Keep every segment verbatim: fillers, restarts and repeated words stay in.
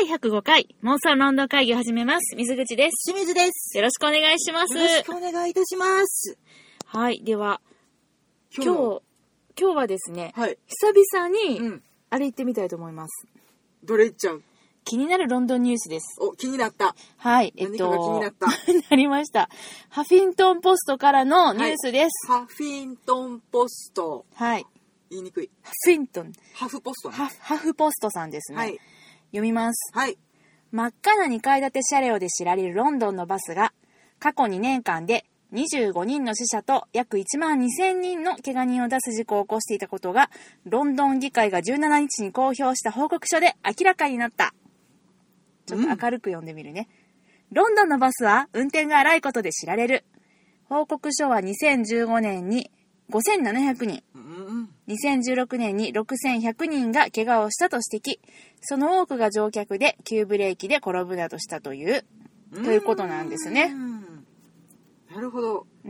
ひゃくごかい妄想ロンドン会議を始めます。水口です。 清水です。 よろしくお願いします。 よろしくお願いいたします。 はい、では今日今日はですね、 はい、 久々にあれ行ってみたいと思います。 うん、どれ行っちゃう？ 気になるロンドンニュースです。 お、気になった。 はい、えっと何かが気になった。 なりました。ハフィントンポストからのニュースです。 はい、ハフィントンポスト。 はい。 言いにくい。 ハフィントン。 ハフポスト、ね、 ハ。ハフポストさんですね。はい。読みます。 はい。 真っ赤なにかい建て車両で知られるロンドンのバスが過去にねんかんでにじゅうごにんの死者と約いちまんにせんにんの怪我人を出す事故を起こしていたことがロンドン議会がじゅうしちにちに公表した報告書で明らかになった。ちょっと明るく読んでみるね、うん、ロンドンのバスは運転が荒いことで知られる。報告書はにせんじゅうごねんにごせんななひゃくにん、うん、にせんじゅうろくねんにろくせんひゃくにんが怪我をしたと指摘。その多くが乗客で急ブレーキで転ぶなどしたというということなんですね。 なるほど。 うん。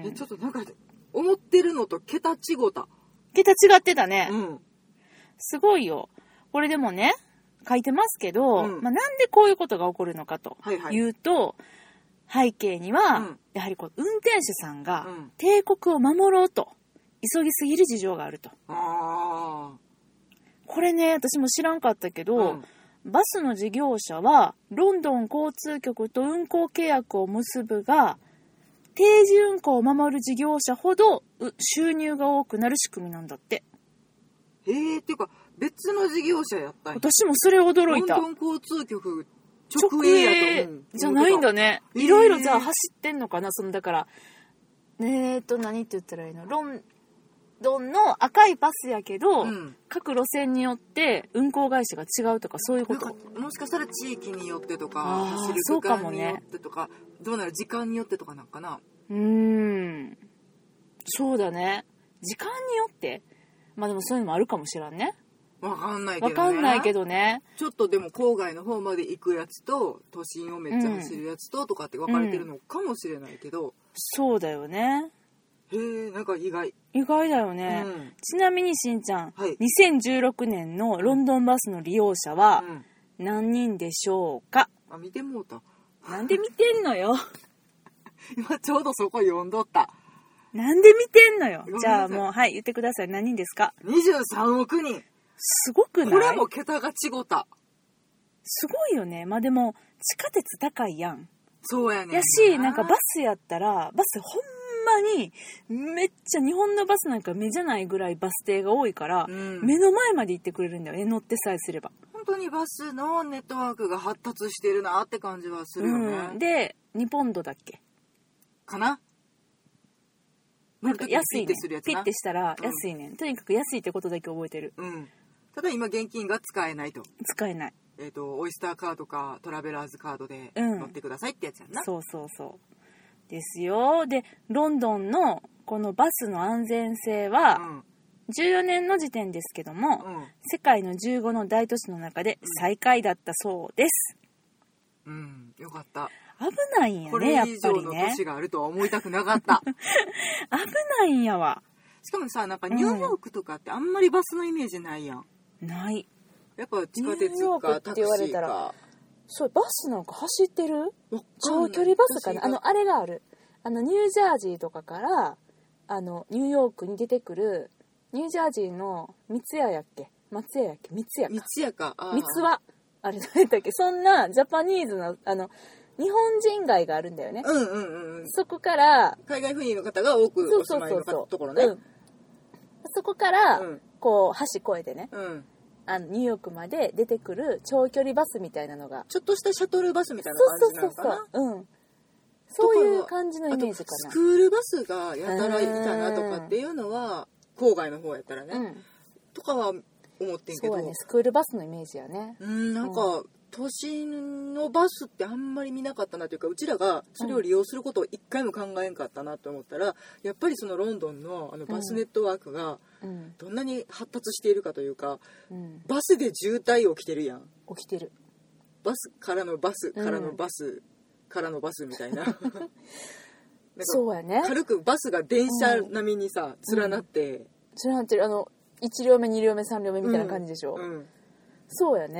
え、ちょっとなんか思ってるのと桁違った。 桁違ってたね。 うん。 すごいよ。これでもね書いてますけど、 うん、 まあ、なんでこういうことが起こるのかというと、はいはい、背景には、うん、やはりこう運転手さんが帝国を守ろうと急ぎすぎる事情があると。 あこれね私も知らんかったけど、うん、バスの事業者はロンドン交通局と運行契約を結ぶが定時運行を守る事業者ほど収入が多くなる仕組みなんだって。 へえ、っていうか別の事業者やったんや。 私もそれ驚いた。 ロンドン交通局直営やと思う。 じゃないんだね。いろいろじゃあ走ってんのかな。そのだからえーと何って言ったらいいの。ロンドンの赤いバスやけど、うん、各路線によって運行会社が違うとかそういうこと。 もしかしたら地域によってとか走る区間によってとか、ね、どうなる時間によってとかなんかな。 うーんそうだね。時間によってまあでもそういうのもあるかもしれんね。 わかんないけどね。 わかんないけどね。 ちょっとでも郊外の方まで行くやつと都心をめっちゃ走るやつととかって分かれてるのかもしれないけど、うん、 そうだよね。 へえ、なんか意外意外だよね、うん、ちなみにしんちゃん、 はい、 にせんじゅうろくねんのロンドンバスの利用者は何人でしょうか。 あ、見てもうた。 なんで見てんのよ今ちょうどそこ読んどった。 なんで見てんのよ。じゃあもうはい言ってください。何人ですか。 にじゅうさんおくにん。 すごくない？ これも桁が違った。 すごいよね。まあでも地下鉄高いやん。 そうやねん。 やしなんかバスやったらバスほんまにめっちゃ日本のバスなんか目じゃないぐらいバス停が多いから、うん、目の前まで行ってくれるんだよね。乗ってさえすれば。 本当にバスのネットワークが発達してるなって感じはするよね、 うん、でにポンドだっけかな。 なんか安いね。ピッてしたら安いね、うん、とにかく安いってことだけ覚えてる、 うん、ただ今現金が使えないと。 使えない。 えっとオイスターカードかトラベラーズカードで乗ってくださいってやつやんな、 うん、そうそうそうですよ。でロンドンのこのバスの安全性は、うん、じゅうよねんの時点ですけども、うん、世界のじゅうごの大都市の中で最下位だったそうです。 うん、うん、よかった。 危ないんやね、やっぱりね。これ以上の都市があるとは思いたくなかった危ないんやわ。 しかもさ、なんかニューヨークとかってあんまりバスのイメージないやん、 うん、ない。 やっぱ地下鉄かタクシーか。 そうバスなんか走ってる長距離バスかな。あのあれがある。あのニュージャージーとかからあのニューヨークに出てくるニュージャージーの三ツ谷やっけ松屋やっけ三ツ谷か三ツ谷か三つはあれ何だっけ。そんなジャパニーズのあの日本人街があるんだよね。 うんうんうん。 そこから海外赴任の方が多くお住まいのところね。 うん、そこから、うん、こう橋越えてね、 うん、 あのニューヨークまで出てくる長距離バスみたいなのがちょっとしたシャトルバスみたいな感じなのかな。 そうそうそうそう、うん、そういう感じのイメージかな。 スクールバスがやたらいたなとかっていうのは郊外の方やったらね、うん、とかは思ってんけど。 そうやね、スクールバスのイメージやね。 うんなんか、うん都心のバスってあんまり見なかったなというかうちらがそれを利用することを一回も考えんかったなと思ったら、うん、やっぱりそのロンドンのあのバスネットワークがどんなに発達しているかというか、うん、バスで渋滞起きてるやん。 起きてる。 バスからのバスからのバス、うん、からのバスみたいななんかそうやね。 軽くバスが電車並みにさ、うん、連なって、 うん、連なってる。あのいち両目に両目さん両目みたいな感じでしょ、うんうん、そうやね。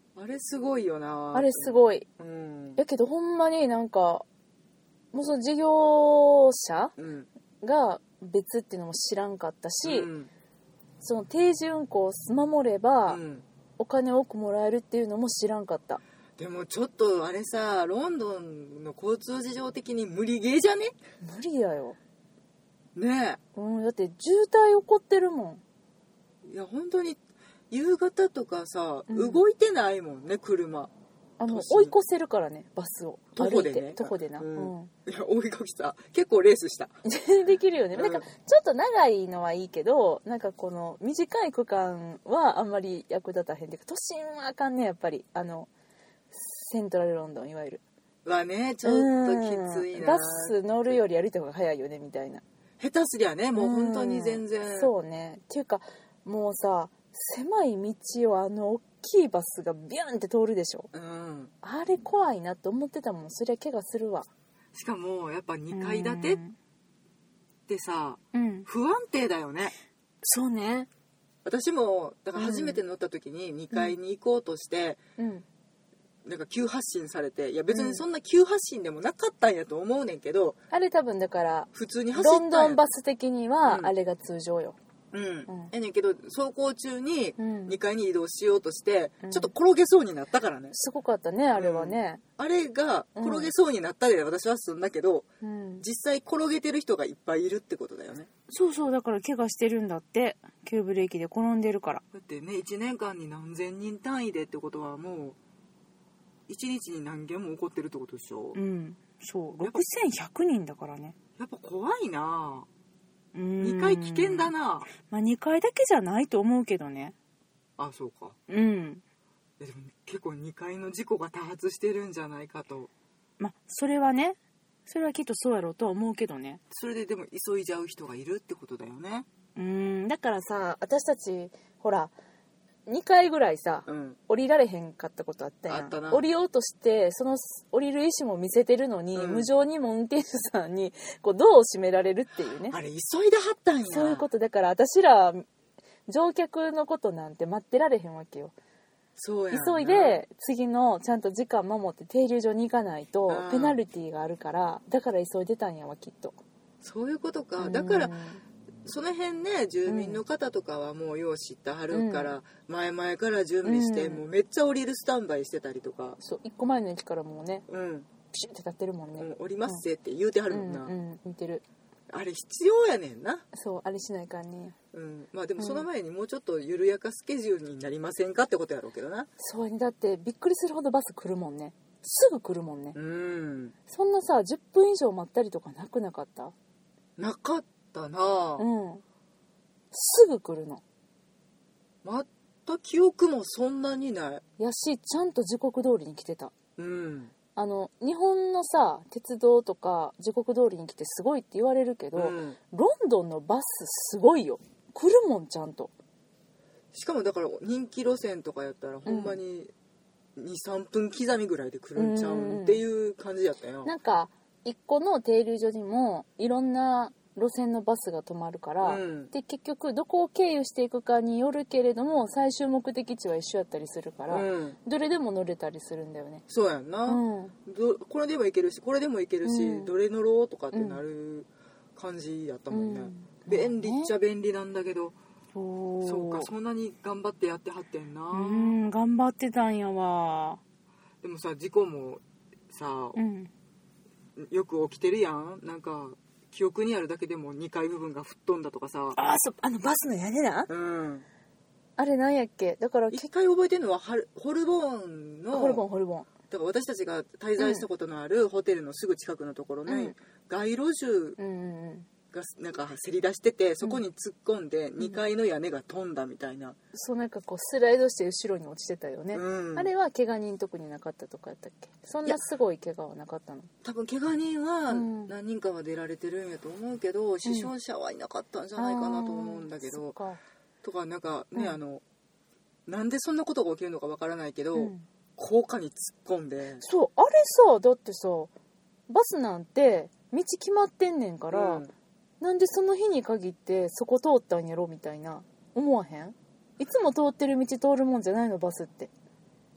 あれすごいよな。 あれすごい、 うん、 やけどほんまになんかもうその事業者が別っていうのも知らんかったし、うん、その定時運行を守れば、うん、お金多くもらえるっていうのも知らんかった。 でもちょっとあれさ、ロンドンの交通事情的に無理ゲーじゃね？ 無理だよねえ、うん、だって渋滞起こってるもん。いや本当に夕方とかさ、うん、動いてないもんね車。 あの追い越せるからねバスを徒歩でね。 徒歩でな、 うんうん、いや追い越した結構レースしたできるよね、うん、なんかちょっと長いのはいいけど、なんかこの短い区間はあんまり役立たへんで、都心はあかんねやっぱり、あのセントラルロンドンいわゆるはねちょっときついな。 バス乗るより歩いた方が早いよねみたいな。 下手すりゃねもう本当に全然、 そうね。っていうかもうさ狭い道をあの大きいバスがビュンって通るでしょ、うん、あれ怖いなと思ってたもん。そりゃ怪我するわ。 しかもやっぱにかい建てってさ、うん、不安定だよね。 そうね。 私もだから初めて乗った時ににかいに行こうとして、うん、なんか急発進されて、いや別にそんな急発進でもなかったんやと思うねんけど、 うん、あれ多分だから普通に走ったんや。 ロンドンバス的にはあれが通常よ。 うん、うん、やねんけど走行中ににかいに移動しようとして、うん、ちょっと転げそうになったからね。 すごかったねあれはね、 うん、あれが転げそうになったで私はするんだけど、うん、実際転げてる人がいっぱいいるってことだよね。 そうそう、だから怪我してるんだって、急ブレーキで転んでるから。 だってねいちねんかんに何千人単位でってことはもういちにちに何件も起こってるってことでしょ。 うん、そうろくせんひゃくにんだからね。 やっぱ怖いな。にかい危険だな。 まあにかいだけじゃないと思うけどね。 あ、そうか。 うん。 でも結構にかいの事故が多発してるんじゃないかと。 まあそれはね、それはきっとそうやろうとは思うけどね。 それででも急いじゃう人がいるってことだよね。 うーん、だからさ、私たちほらにかいぐらいさ、うん、降りられへんかったことあったやん。あったな。降りようとしてその降りる意思も見せてるのに、うん、無情にも運転手さんにこうドアを閉められるっていうね。 あれ急いではったんや。 そういうことだから、私ら乗客のことなんて待ってられへんわけよ。 そうやな。 急いで次のちゃんと時間守って停留所に行かないとペナルティーがあるから、だから急いでたんやわきっと。 そういうことか。だからその辺ね、住民の方とかはもうよう知ってはるから、うん、前々から準備して、うん、もうめっちゃ降りるスタンバイしてたりとか。 そう、いっこまえの駅からもうね、 うん、 ピシュって立ってるもんね、うん、 降りますぜって言うてはるもんな。 うんうん、見てる。 あれ必要やねんな。 そう、あれしないかんね。 うん、まあでもその前にもうちょっと緩やかスケジュールになりませんかってことやろうけどな。 そうね、だってびっくりするほどバス来るもんね。すぐ来るもんね。 うん。 そんなさじゅっぷん以上待ったりとかなくなかった？ なかったな。 うん。すぐ来るの。 待った記憶もそんなにない。 やし、ちゃんと時刻通りに来てた。 うん。 あの日本のさ鉄道とか時刻通りに来てすごいって言われるけど、うん、ロンドンのバスすごいよ。来るもんちゃんと。 しかもだから人気路線とかやったらほんまににさんぷん刻みぐらいで来るんちゃうんっていう感じやったよ。 なんか一個の停留所にもいろんな路線のバスが止まるから、うん、で結局どこを経由していくかによるけれども最終目的地は一緒やったりするから、うん、どれでも乗れたりするんだよね。 そうやんな、うん、どこれでも行けるしこれでも行けるし、うん、どれ乗ろうとかってなる感じやったもんね、うん、便利っちゃ便利なんだけど、うん、そうかそんなに頑張ってやってはってんな。 うん頑張ってたんやわ。 でもさ事故もさ、うん、よく起きてるやん。なんか記憶にあるだけでもにかい部分が吹っ飛んだとかさ。 ああ、そう、あのバスの屋根な。 うん。 あれなんやっけ。だから一回覚えてるのはホルボーンの。 ホルボーンホルボーン。 だから私たちが滞在したことのあるホテルのすぐ近くのところに、うん、街路樹がなんかせり出してて、そこに突っ込んでにかいの屋根が飛んだみたいな。うん、 そうなんかこうスライドして後ろに落ちてたよね。うん、あれは怪我人特になかったとかやったっけ。そんなすごい怪我はなかったの？ 多分怪我人は何人かは出られてるんやと思うけど、うん、死傷者はいなかったんじゃないかなと思うんだけど、かとかなんかね、うん、あのなんでそんなことが起きるのかわからないけど、うん、高架に突っ込んで。 そうあれさだってさバスなんて道決まってんねんから、うん、なんでその日に限ってそこ通ったんやろみたいな思わへん？いつも通ってる道通るもんじゃないのバスって。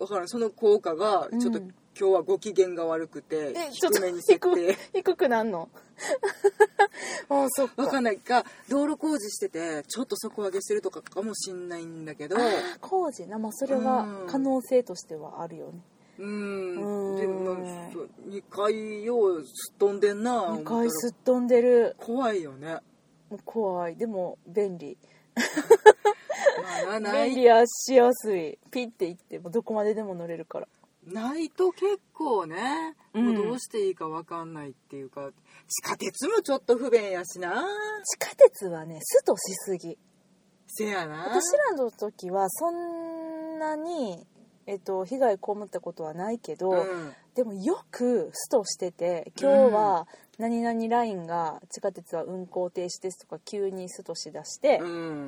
分からん、その効果がちょっと、 うん今日はご機嫌が悪くてえちょっと低めに設定低くなんのあそっかわかんないか、道路工事しててちょっと底上げしてるとかかもしんないんだけど、 あー工事な、まあ、それは可能性としてはあるよね。 ううんんでもにかいようすっ飛んでんな。 にかいすっ飛んでる。 怖いよね。 もう怖い。でも便利。 まあ、な便い利やしやすい。ピッて行ってもうどこまででも乗れるから。 ないと結構ね、 うんもうどうしていいかわかんないっていうか、地下鉄もちょっと不便やしな。 地下鉄はね、ストしすぎ。 せやな。 私らの時はそんなに、えっと、被害被ったことはないけど、 うん、 でもよくストしてて、今日は何々ラインが地下鉄は運行停止ですとか急にストしだして、 うん、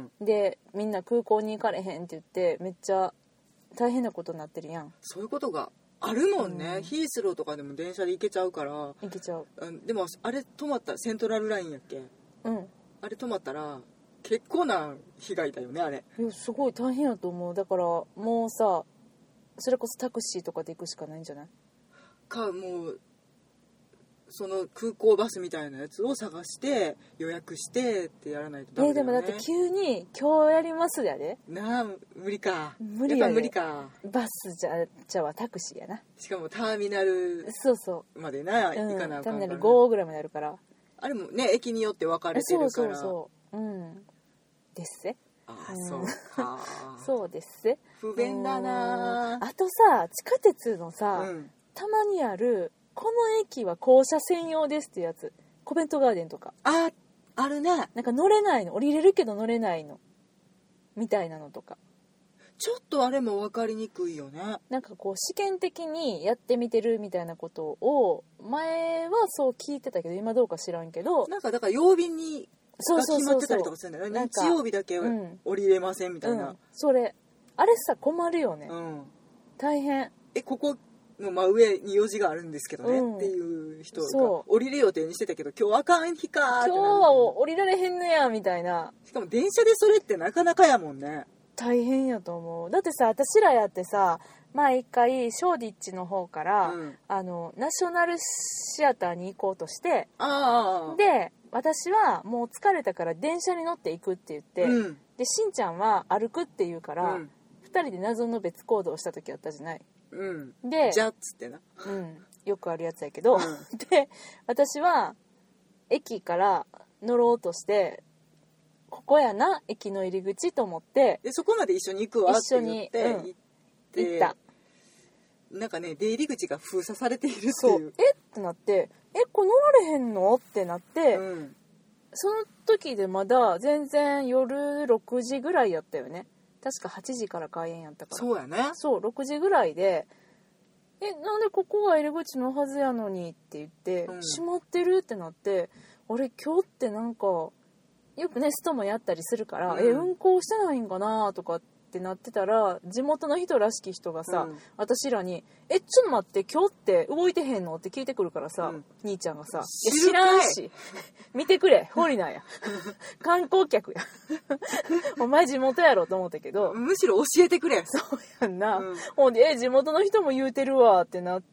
でみんな空港に行かれへんって言ってめっちゃ大変なことになってるやん。 そういうことがあるもんね、 うんヒースローとかでも電車で行けちゃうから。 行けちゃう。 うんでもあれ止まったセントラルラインやっけ、 うんあれ止まったら結構な被害だよねあれ。 いやすごい大変やと思う。だからもうさ、それこそタクシーとかで行くしかないんじゃないか、もうその空港バスみたいなやつを探して予約してってやらないとダえメだよね。 でもだって急に今日やりますやで。 なあ無理か。 無理やでやっぱ無理か。 バスじゃじゃはタクシーやな。 しかもターミナルそうそまでな、 う、うん、 行かなあかんから、ね、 ターミナルごぐらいまであるから。 あれもね駅によって分かれてそうるから。 そうそううんですせ。 ああ、 うんそうかそうですせ。 不便だな。 あとさ、地下鉄のさ、 うん、 たまにあるこの駅は降車専用ですっていうやつ、コベントガーデンとかああるね。 なんか乗れないの、降りれるけど乗れないのみたいなのとか、 ちょっとあれも分かりにくいよね。 なんかこう試験的にやってみてるみたいなことを前はそう聞いてたけど今どうか知らんけど、 なんかだから曜日にそうそうそうそう決まってたりとかするんだよね。 なんか日曜日だけうん降りれませんみたう、 いなんそれあれさ困るよね、 うん、 大変。 えここの真上に用事があるんですけどね、 うんっていう人そうが降りる予定にしてたけど今日あかん日かーってなる。 今日は降りられへんのやみたいな。 しかも電車でそれってなかなかやもんね。 大変やと思う。だってさ、私らやってさ、前一回ショーディッチの方から、 うん、 あのナショナルシアターに行こうとして、 ああで私はもう疲れたから電車に乗って行くって言って、 うん、 でしんちゃんは歩くって言うから、 うん、 ふたりで謎の別行動をした時あったじゃない。 うん、 でじゃっつってな、 うん、よくあるやつやけど、 うん、 で私は駅から乗ろうとして、ここやな駅の入り口と思ってでそこまで一緒に行くわって言って一緒に、うん、 行って行った。 なんかね出入り口が封鎖されているっていう。 そうえってなって、えこれ乗られへんのってなって、 うん、 その時でまだ全然夜ろくじぐらいやったよね。確かはちじから開園やったから。 そうやね。 そうろくじぐらいで、えなんでここが入り口のはずやのにって言って、 うん、 閉まってるってなって、あれ今日ってなんかよくねストもやったりするから、うん、え運行してないんかなとかってなってたら、地元の人らしき人がさ、うん、私らにえちょっと待って今日って動いてへんのって聞いてくるからさ、うん、兄ちゃんがさ、いや知らんし見てくれホリナーや観光客やお前地元やろと思ったけど、 むしろ教えてくれ。 そうやんな、うん、 ほんでえ地元の人も言うてるわってなって、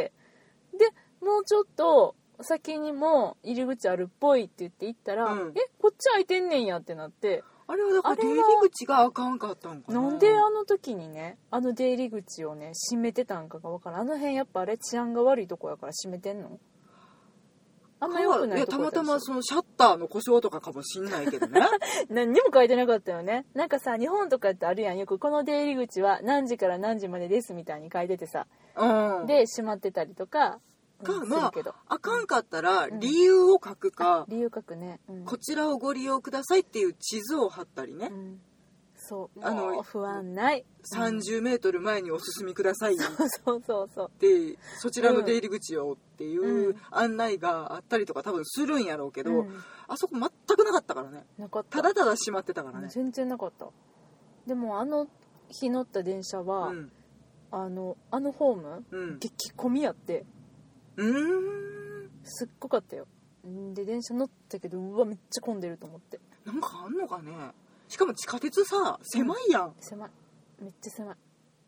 でもうちょっと先にも入り口あるっぽいって言って行ったら、うん、えこっち開いてんねんやってなって、 あれはだから出入り口があかんかったんかな。 なんであの時にねあの出入り口をね閉めてたんかが分からん。あの辺やっぱあれ治安が悪いとこやから閉めてんの。あんま良くないとこたまたまそのシャッターの故障とかかもしんないけどね何にも書いてなかったよね。なんかさ日本とかってあるやん、よくこの出入り口は何時から何時までですみたいに書いててさ、うん、で閉まってたりとかか、うん、まああかんかったら理由を書くか、 うん、理由書くね、うん、 こちらをご利用くださいっていう地図を貼ったりね、うん、 そうあの不安ないさんじゅうメートル前にお進みください、 そうそうそうそうでそちらの出入り口をっていう案内があったりとか多分するんやろうけど、うん、あそこ全くなかったからね。 なかった。 ただただ閉まってたからね。 全然なかった。でもあの日乗った電車は、うん、あのあのホーム、うん、激混みやってうーんすっごかったよ。で電車乗ったけどうわめっちゃ混んでると思って。 なんかあんのかね。しかも地下鉄さ狭いやん、うん、 狭いめっちゃ狭い。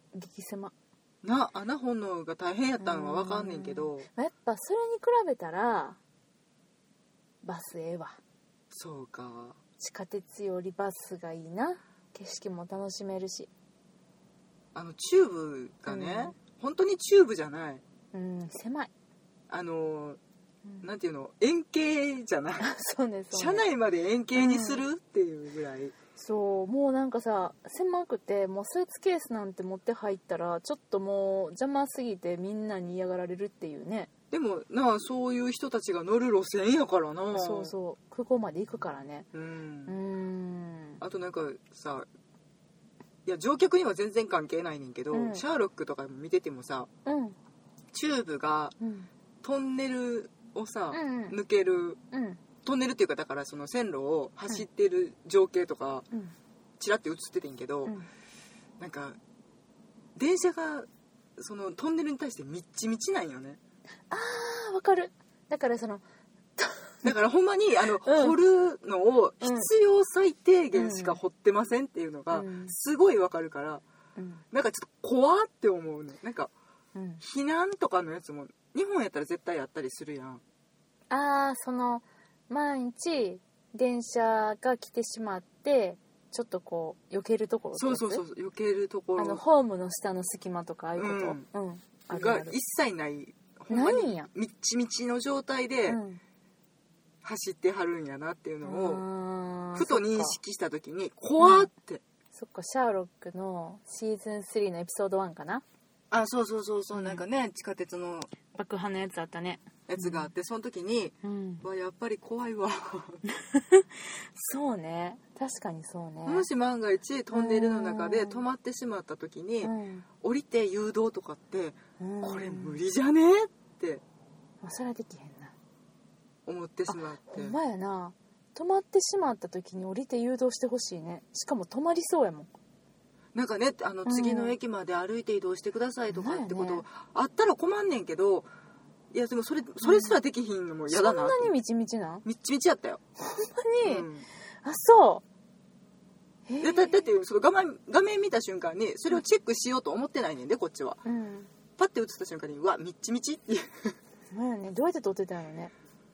激狭な、穴掘んのが大変やったのは分かんねんけど、 やっぱそれに比べたらバスええわ。 そうか、 地下鉄よりバスがいいな。景色も楽しめるし。 あのチューブがね、うん、本当にチューブじゃない、 うん、狭い。 あの、うん、なんていうの、円形じゃないそうね、そうね。 車内まで円形にする、うん、っていうぐらい。 そう、もうなんかさ、狭くて、もうスーツケースなんて持って入ったらちょっともう邪魔すぎてみんなに嫌がられるっていうね。 でもなあ、そういう人たちが乗る路線やからな。 そうそう、空港まで行くからね。 うん、うーん。 あとなんかさ、いや乗客には全然関係ないねんけど、うん、シャーロックとかも見ててもさ、うん、チューブがトンネルをさ、うんうん、抜ける、うん、トンネルっていうか、だからその線路を走ってる情景とか、うん、チラッて映っててんけど、うん、なんか電車がそのトンネルに対してみっちみちなんよね。 あー、わかる。だからそのだからほんまにあの、うん、掘るのを必要最低限しか掘ってませんっていうのがすごいわかるから、うん、なんかちょっと怖って思うね。なんか、うん、避難とかのやつも日本やったら絶対やったりするやん。 あー、その毎日電車が来てしまってちょっとこう避けるところ、 そうそうそう、避けるところ、 あのホームの下の隙間とかああいうこと、うんうん、あるあるが一切ない、ほんまにみっちみちの状態で走ってはるんやなっていうのをふと認識した時に怖って、うん、 そっか、シャーロックのシーズンスリーのエピソードワンかな。 あ、そうそうそうそう、うん、なんかね、地下鉄の爆破のやつあったね、 やつがあって、その時に、うん、わ、やっぱり怖いわそうね、確かにそうね。 もし万が一トンネルの中で止まってしまった時に、うん、降りて誘導とかって、うん、これ無理じゃねってそれはできへんな思ってしまって。 ほんまやな、止まってしまった時に降りて誘導してほしいね。しかも止まりそうやもん。 なんかね、あの次の駅まで歩いて移動してくださいとかってことあったら困んねんけど、いやでもそれそれすらできひんのも嫌だな、 うん、そんなにみちみちなみっちみちやったよほんまに、うん、あ、そうで だ, だってその画面、画面見た瞬間にそれをチェックしようと思ってないねんで、こっちは、うん、パッて映った瞬間にうわみっちみちっていうそうやね、どうやって撮ってたのね。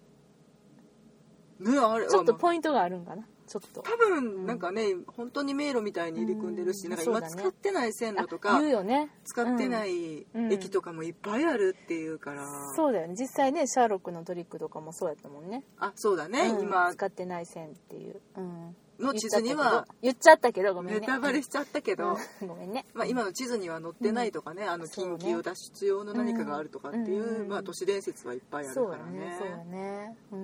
ね、あれちょっとポイントがあるんかな、ちょっと多分なんかね、うん、本当に迷路みたいに入り組んでるし、うん、なんか今使ってない線路とか、 言うよね、 使ってない駅とかもいっぱいあるっていうから、 うん、そうだよね。実際ね、シャーロックのトリックとかもそうやったもんね。 あ、そうだね、うん、今使ってない線っていう、うん、 の地図には言っちゃったけどごめんね、 ネタバレしちゃったけど、 うん、ごめんね、 まあ、今の地図には載ってないとかね、うん、あの緊急脱出用の何かがあるとかっていう、うん、まあ、都市伝説はいっぱいあるからね。 そうだね、そうだね、うん、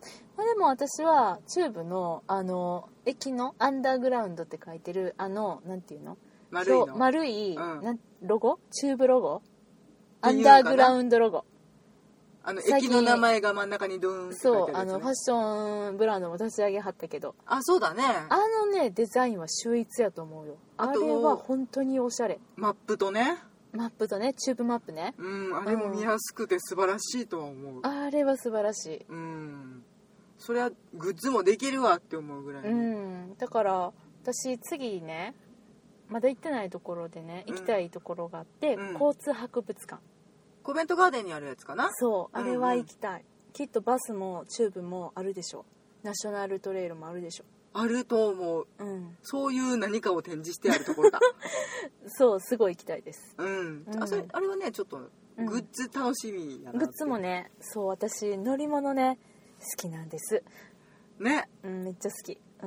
まあ、でも私はチューブのあの駅のアンダーグラウンドって書いてるあのなんていうの、 丸いの丸い、うん、なんロゴ、チューブロゴ、アンダーグラウンドロゴ、 あの駅の名前が真ん中にドーンって書いてあるやつ、ね、 そう、あのファッションブランドも立ち上げはったけど、 あ、そうだね、 あのねデザインは秀逸やと思うよ。あれは本当におしゃれ。 マップとね、 マップとね、チューブマップね、 うん、あれも見やすくて素晴らしいとは思う、うん、 あれは素晴らしい、 うん、それはグッズもできるわって思うぐらい、 うん、だから私次ね、まだ行ってないところでね、行きたいところがあって、うん、交通博物館、 コベントガーデンにあるやつかな。 そう、あれは行きたい、うんうん、きっとバスもチューブもあるでしょ、ナショナルトレイルもあるでしょ。 あると思う、うん、そういう何かを展示してあるところだそう、すごい行きたいです、 うん、うん、あ, それあれはねちょっとグッズ楽しみやな、 うん、グッズもね、そう、私乗り物ね好きなんですね、 うん、めっちゃ好き、うん、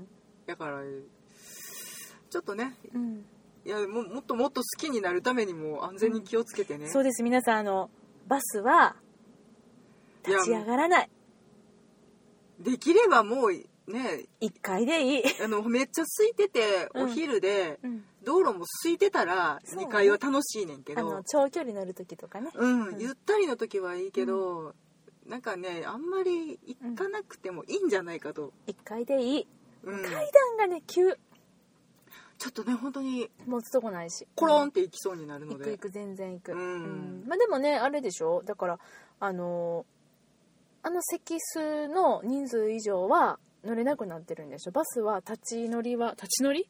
だからちょっとね、うん、いや も, もっともっと好きになるためにも安全に気をつけてね、 うん、そうです、皆さん、あのバスは立ち上がらない、 できればもうね、 いっかいでいいあのめっちゃ空いてて、うん、お昼で、うん、道路も空いてたらにかいは楽しいねんけど、 あの長距離乗る時とかね、 うん、うん、ゆったりの時はいいけど、うん、なんかね、あんまり行かなくてもいいんじゃないかと、 いっかいでいい、うん、階段がね急、 ちょっとね本当に持つとこないしコロンって行きそうになるので、 行く行く全然行く、 うんうん、 まあ、でもねあれでしょ、だからあのあの席数の人数以上は乗れなくなってるんでしょ。バスは立ち乗りは立ち乗り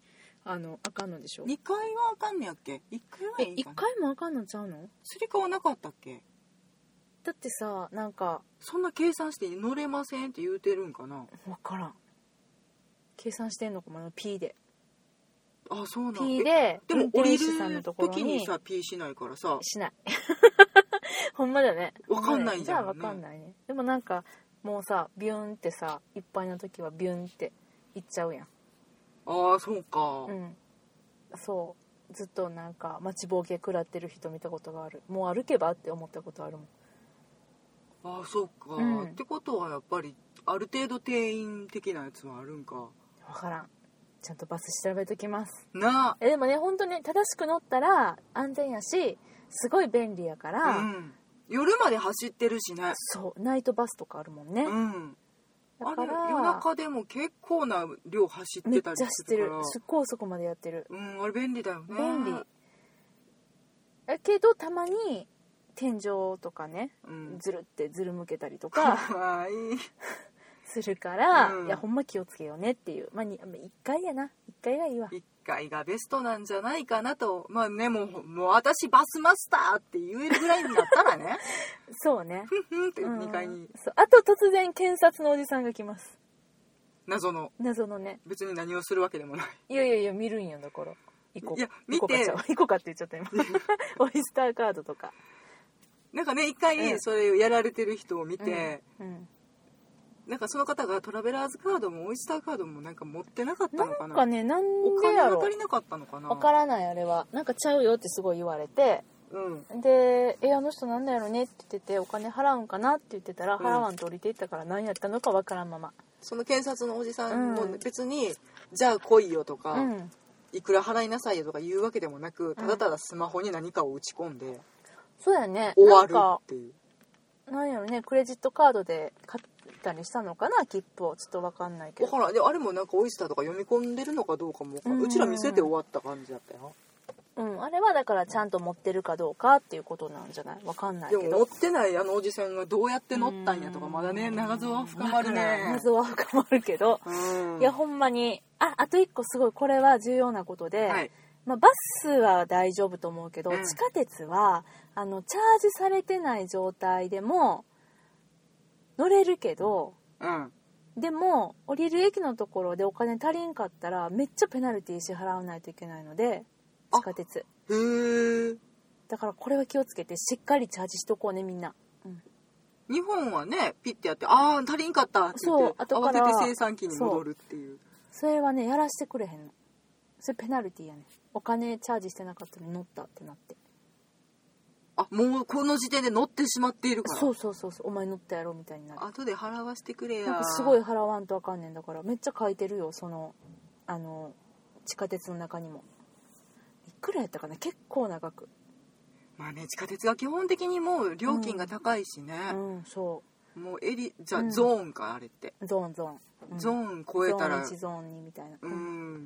あのあかんのでしょ。 にかいはあかんねやっけ。いっかいはいいえ、 かな。 いっかいもあかんのちゃうの？ つり革なかったっけ。 だってさ、なんかそんな計算して乗れませんって言うてるんかな。 分からん。計算してんのかもな。 P であ、そうなん。 P ででも降りるさんのところ時にさ P しないからさ。 しないほんまだね。 わかんないじゃん、ね、 じゃあわかんないね。でもなんかもうさビューンってさ、いっぱいの時はビューンっていっちゃうやん。 ああそうか。 うん。そうずっとなんか待ちぼうけ食らってる人見たことがある。もう歩けばって思ったことあるもん。 ああそうか、うん、ってことはやっぱりある程度定員的なやつはあるんか。 わからん。ちゃんとバス調べときますなあ。 えでもね本当に正しく乗ったら安全やしすごい便利やから、 うん、夜まで走ってるしね。 そうナイトバスとかあるもんね。うん。 だからあれ夜中でも結構な量走ってたりするから。めっちゃ走ってる。 すっごい遅くまでやってる。 うん、あれ便利だよね。 便利。だけどたまに天井とかね、うん、ずるってずる向けたりとかするから、うん、いやほんま気をつけようねっていう。まあいっかいやな。いっかいがいいわ。 いっかいがベストなんじゃないかなと。まあねもうもう私バスマスターって言えるぐらいになったらねそうねふんふんってにかいに、 そうあと突然検察のおじさんが来ます。 謎の謎のね。 別に何をするわけでもない。 いやいやいや見るんやだから行こう。 いや見て行こうかって言っちゃった今オイスターカードとかなんかね一回それをやられてる人を見て、 うんうん、 なんかその方がトラベラーズカードもオイスターカードもなんか持ってなかったのかな。 なんかねなんおでやろ金が足りなかったのかな。 わからないあれは。なんかちゃうよってすごい言われて、うん、でえあの人なんだやろねって言っててお金払うんかなって言ってたら、うん、払わんと降りていったから何やったのかわからんまま。 その検察のおじさんも別に、うん、じゃあ来いよとか、うん、いくら払いなさいよとか言うわけでもなくただただスマホに何かを打ち込んで、うん、 そうやね終わるっていう。 なんやろねクレジットカードで買ったりしたのかな切符をちょっと分かんないけど。 だからであれもなんかオイスターとか読み込んでるのかどうかも、うん、うちら見せて終わった感じだったよ。 うんあれはだからちゃんと持ってるかどうかっていうことなんじゃない。分かんないけど。 でも持ってないあのおじさんがどうやって乗ったんやとかまだね謎は深まるね。 謎は深まるけど、いやほんまにああと一個すごいこれは重要なことで、はいまあ、バスは大丈夫と思うけど、うん、地下鉄はあのチャージされてない状態でも乗れるけど、うん、でも降りる駅のところでお金足りんかったらめっちゃペナルティー支払わないといけないので地下鉄。 へー。 だからこれは気をつけてしっかりチャージしとこうねみんな、うん、 日本はねピッてやってあー足りんかったって言って後から慌てて生産機に戻るっていう。 そ, それはねやらしてくれへんの。それペナルティーやね。お金チャージしてなかったのに乗ったってなって、 あもうこの時点で乗ってしまっているから。 そうそうそうそうお前乗ったやろみたいになる。 後で払わしてくれや。 なんかすごい払わんとあかんねん。だからめっちゃ書いてるよそのあの地下鉄の中にも。いくらやったかな結構長く。 まあね地下鉄は基本的にもう料金が高いしね、 うんうん、そうもうエリじゃ、うん、ゾーンかあれってゾーンゾーン、 うん、ゾーン超えたらゾーンいちゾーンにみたいな、 うん、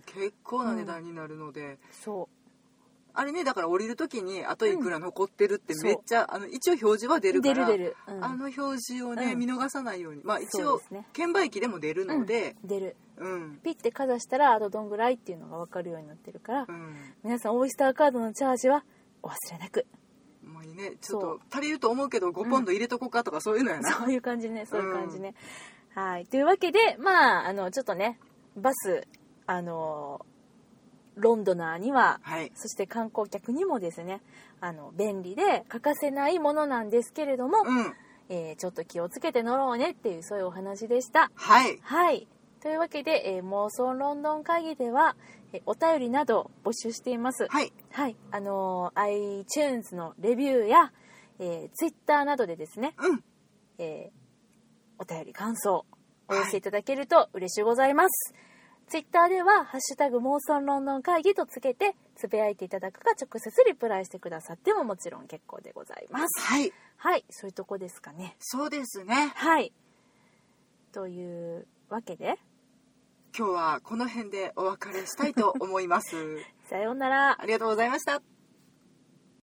結構な値段になるので、うん、 そうあれねだから降りる時にあといくら残ってるってめっちゃ、うん、あの一応表示は出るから出る出る、うん、 あの表示をね、うん、見逃さないようにまあ一応、ね、券売機でも出るので、 うん、出る、 うん、 ピッてかざしたらあとどんぐらいっていうのが分かるようになってるから、うん、皆さんオイスターカードのチャージはお忘れなく。 もういいねちょっと足りると思うけどごポンド入れとこうかとかそういうのやな、 うん、そういう感じねそういう感じね、うん、はいというわけでまああのちょっとねバスあのロンドナーには、はい、そして観光客にもですねあの便利で欠かせないものなんですけれども、うんえー、ちょっと気をつけて乗ろうねっていうそういうお話でした。 はい、 はい、というわけで、えー、妄想ロンドン会議では、えー、お便りなど募集しています。 はい、 はい、あのー、iTunes のレビューや、えー、Twitter などでですね、 うんえー、お便り感想お寄せいただけると嬉しいございます。はい、ツイッターではハッシュタグ妄想ロンドン会議とつけてつぶやいていただくか直接リプライしてくださってももちろん結構でございます。 はいはい、そういうとこですかね。 そうですね。 はいというわけで今日はこの辺でお別れしたいと思いますさようなら。 ありがとうございました。